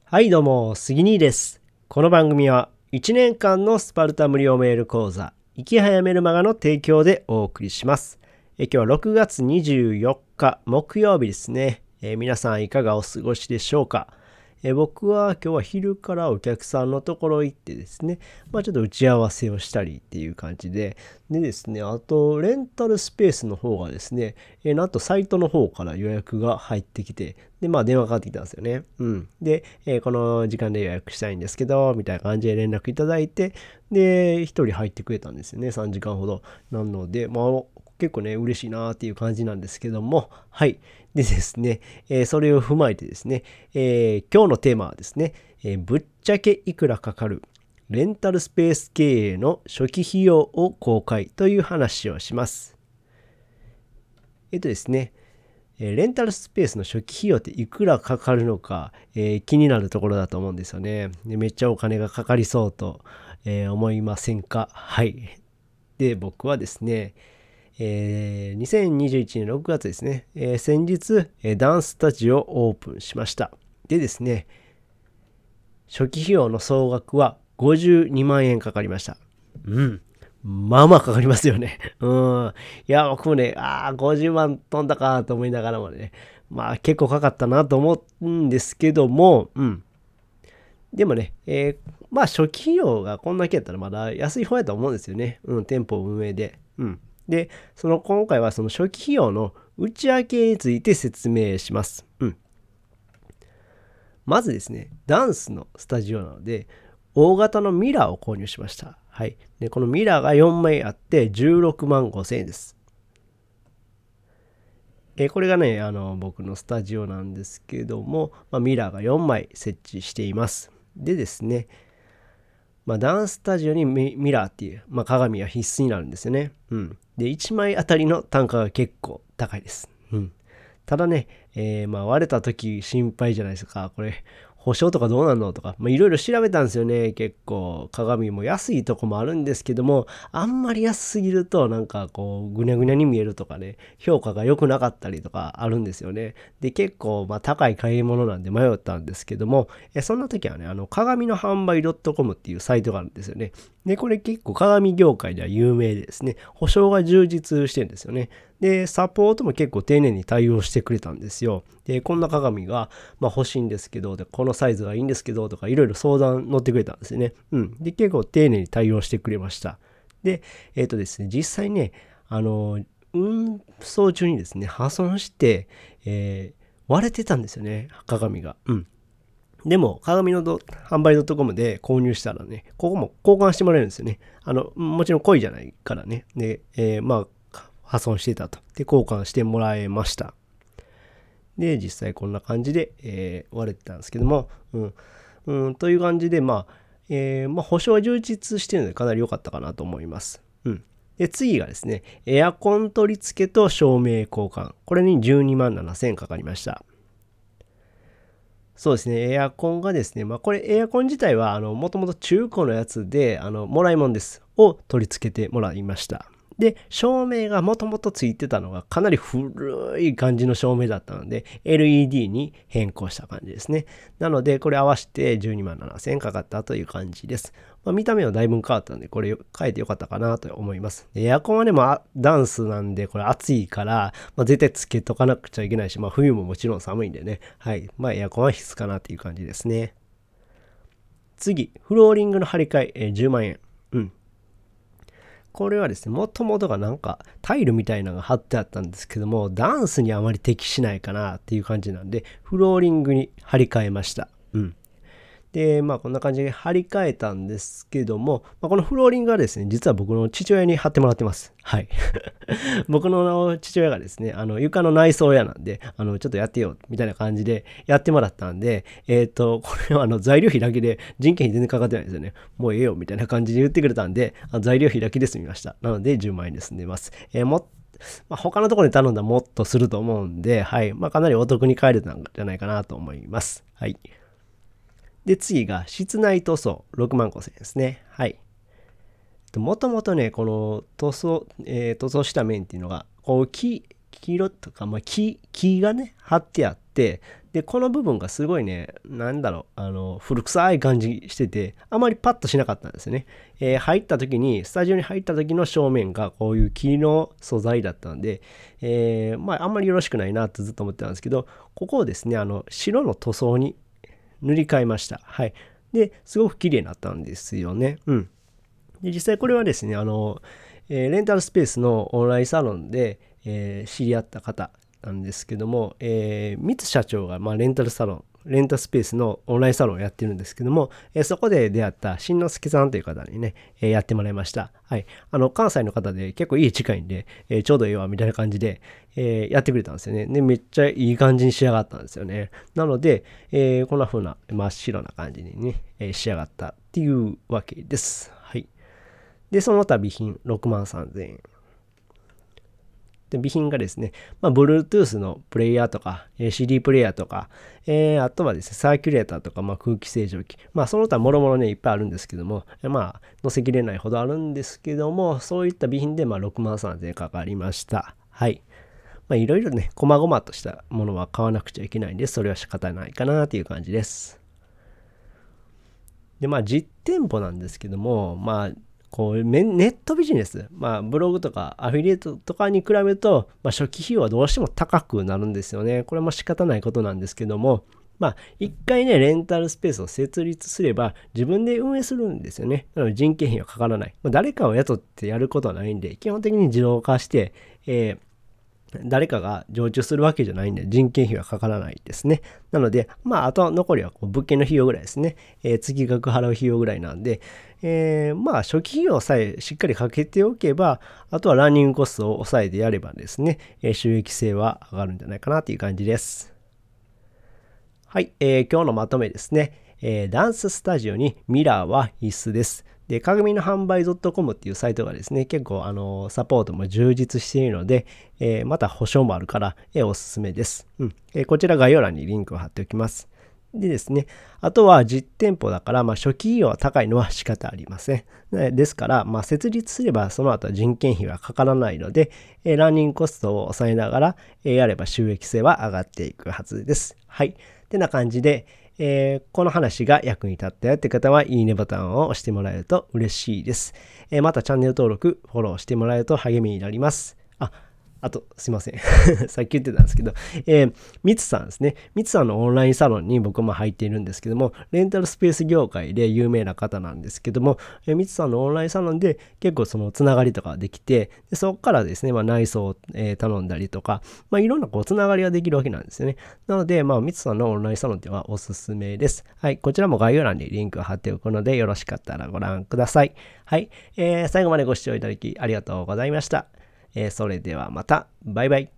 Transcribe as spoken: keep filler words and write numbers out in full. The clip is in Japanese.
はい、どうも、杉兄です。この番組はいちねんかんのスパルタ無料メール講座、生き早メルマガの提供でお送りします。え今日はろくがつにじゅうよっか木曜日ですね。え皆さんいかがお過ごしでしょうか。え僕は今日は昼からお客さんのところ行ってですね、まあちょっと打ち合わせをしたりっていう感じで、でですね、あとレンタルスペースの方がですね、えなんとサイトの方から予約が入ってきて、で、まあ電話かかってきたんですよね。うん。で、えーこの時間で予約したいんですけど、みたいな感じで連絡いただいて、で、一人入ってくれたんですよね。さんじかんほど。なので、まあ結構ね、嬉しいなっていう感じなんですけども、はい。でですね、えーそれを踏まえてですね、えー今日のテーマはですね、えーぶっちゃけいくらかかるレンタルスペース経営の初期費用を公開という話をします。えっとですね、えーレンタルスペースの初期費用っていくらかかるのか、えー気になるところだと思うんですよね。でめっちゃお金がかかりそうと、えー思いませんか？はい。で、僕はですね、えーにせんにじゅういちねんろくがつですね、えー先日、えーダンススタジオをオープンしました。でですね、初期費用の総額はごじゅうにまんえんかかりました。うん。まあまあかかりますよね。うん。いや、僕もね、ああ、ごじゅうまん飛んだかと思いながらもね、まあ結構かかったなと思うんですけども、うん。でもね、えーまあ初期費用がこんだけやったらまだ安い方やと思うんですよね。うん、店舗運営で。うん。で、その今回はその初期費用の内訳について説明します。うん。まずですね、ダンスのスタジオなので、大型のミラーを購入しました。はい。で、このミラーがよんまいあってじゅうろくまんごせんえんです。えこれがね、あの、僕のスタジオなんですけども、まあ、ミラーがよんまい設置しています。でですね、まあ、ダンススタジオにミミラーっていう、まあ、鏡は必須になるんですよね。うん。で、いちまいあたりの単価が結構高いです。うん。ただね、えーまあ割れた時心配じゃないですか。これ、保証とかどうなんのとか、まあいろいろ調べたんですよね。結構、鏡も安いとこもあるんですけども、あんまり安すぎるとなんかこう、ぐにゃぐにゃに見えるとかね、評価が良くなかったりとかあるんですよね。で、結構、まあ高い買い物なんで迷ったんですけども、えそんな時はね、あの、鏡の販売 .com っていうサイトがあるんですよね。で、これ結構鏡業界では有名でですね、保証が充実してるんですよね。で、サポートも結構丁寧に対応してくれたんですよ。で、こんな鏡が、まあ、欲しいんですけど、で、このサイズがいいんですけど、とかいろいろ相談乗ってくれたんですよね。うん。で、結構丁寧に対応してくれました。で、えっ、とですね、実際ね、あの、運送中にですね、破損して、えー割れてたんですよね、鏡が。うん。でも、鏡のど販売 .com で購入したらね、ここも交換してもらえるんですよね。あの、もちろん故意じゃないからね。で、えーまあ、破損してたと。で、交換してもらえました。で、実際こんな感じで、えー割れてたんですけども、うん。うん、という感じで、まあ、えーまあ、保証は充実してるのでかなり良かったかなと思います。うん。で、次がですね、エアコン取り付けと照明交換。これにじゅうにまんななせんえんかかりました。そうですね、エアコンがですね、まあこれエアコン自体はあのもともと中古のやつで、あのもらいもんです。を取り付けてもらいました。で、照明がもともとついてたのがかなり古い感じの照明だったので、エルイーディー に変更した感じですね。なので、これ合わせてじゅうにまんななせんえんかかったという感じです。まあ、見た目はだいぶ変わったので、これ変えてよかったかなと思います。でエアコンはね、まあ、ダンスなんで、これ暑いから、まあ、絶対つけとかなくちゃいけないし、まあ、冬ももちろん寒いんでね。はい。まあ、エアコンは必須かなっていう感じですね。次、フローリングの張り替え、えーじゅうまんえん。うん。これはですね、もともとがなんかタイルみたいなのが貼ってあったんですけども、ダンスにあまり適しないかなっていう感じなんで、フローリングに張り替えました。うん。で、まあこんな感じで張り替えたんですけども、まあ、このフローリングはですね、実は僕の父親に貼ってもらってます。はい。僕の父親がですね、あの床の内装屋なんで、あのちょっとやってよみたいな感じでやってもらったんで、えっ、と、これはあの材料費だけで人件費全然かかってないんですよね。もうええよみたいな感じで言ってくれたんで、あ材料費だけで済みました。なのでじゅうまんえんで済んでます。えー、もまあ、他のところに頼んだらもっとすると思うんで、はい。まあ、かなりお得に買えれたんじゃないかなと思います。はい。で、次が室内塗装ろくまんごせんえんですね。はい。もともとね、この塗装、えー塗装した面っていうのが、こう木、 黄色とか、まあ、木、木がね、貼ってあって、で、この部分がすごいね、なんだろう、あの、古臭い感じしてて、あまりパッとしなかったんですよね。えー入った時に、スタジオに入った時の正面がこういう木の素材だったんで、えーまあ、あんまりよろしくないなってずっと思ってたんですけど、ここをですね、あの、白の塗装に塗り替えました。はい。で、すごく綺麗になったんですよね。うん。で、実際これはですね、あの、えーレンタルスペースのオンラインサロンで、えー知り合った方なんですけども、えー、三津社長が、まあ、レンタルサロン、レンタルスペースのオンラインサロンをやってるんですけども、えーそこで出会ったしんのすけさんという方にね、えーやってもらいました。はい。あの、関西の方で結構家近いんで、えーちょうどいいわ、みたいな感じで、えーやってくれたんですよね。で、めっちゃいい感じに仕上がったんですよね。なので、えーこんな風な真っ白な感じにね、えー仕上がったっていうわけです。はい。で、その他備品ろくまんさんぜんえん。で、備品がですね、まあ、Bluetooth のプレイヤーとか、えー シーディー プレイヤーとか、えーあとはですね、サーキュレーターとか、まあ、空気清浄機。まあ、その他もろもろね、いっぱいあるんですけども、えーまあ、載せきれないほどあるんですけども、そういった備品で、まあ、ろくまんさんぜんえんかかりました。はい。まあ、いろいろね、細々としたものは買わなくちゃいけないんで、それは仕方ないかなっていう感じです。で、まあ実店舗なんですけども、まあ、こうネットビジネス、まあブログとかアフィリエイトとかに比べると、まあ、初期費用はどうしても高くなるんですよね。これも仕方ないことなんですけども、まあ一回ね、レンタルスペースを設立すれば自分で運営するんですよね。なので人件費はかからない。まあ、誰かを雇ってやることはないんで、基本的に自動化して、えー誰かが常駐するわけじゃないんで人件費はかからないですね。なので、まあ、あと残りはこう物件の費用ぐらいですね。えー月額払う費用ぐらいなんで、えーまあ、初期費用さえしっかりかけておけば、あとはランニングコストを抑えてやればですね、えー収益性は上がるんじゃないかなという感じです。はい、えー今日のまとめですね。えーダンススタジオにミラーは必須です。で、鏡の販売 .com っていうサイトがですね、結構あのサポートも充実しているので、えーまた保証もあるから、えーおすすめです。うんえーこちら概要欄にリンクを貼っておきます。でですね、あとは実店舗だから、まあ、初期費用は高いのは仕方ありません。ですから、まあ、設立すればその後は人件費はかからないので、えーランニングコストを抑えながら、えーやれば収益性は上がっていくはずです。はい。ってな感じで、えーこの話が役に立ったよって方は、いいねボタンを押してもらえると嬉しいです。えーまたチャンネル登録、フォローしてもらえると励みになります。あ、あと、すいません。さっき言ってたんですけど、えー、ミツさんですね。ミツさんのオンラインサロンに僕も入っているんですけども、レンタルスペース業界で有名な方なんですけども、えー、ミツさんのオンラインサロンで結構そのつながりとかできて、でそこからですね、まあ、内装を、えー頼んだりとか、まあ、いろんなこうつながりができるわけなんですよね。なので、まあ、ミツさんのオンラインサロンではおすすめです。はい、こちらも概要欄にリンクを貼っておくので、よろしかったらご覧ください。はい、えー最後までご視聴いただきありがとうございました。えーそれではまた。バイバイ。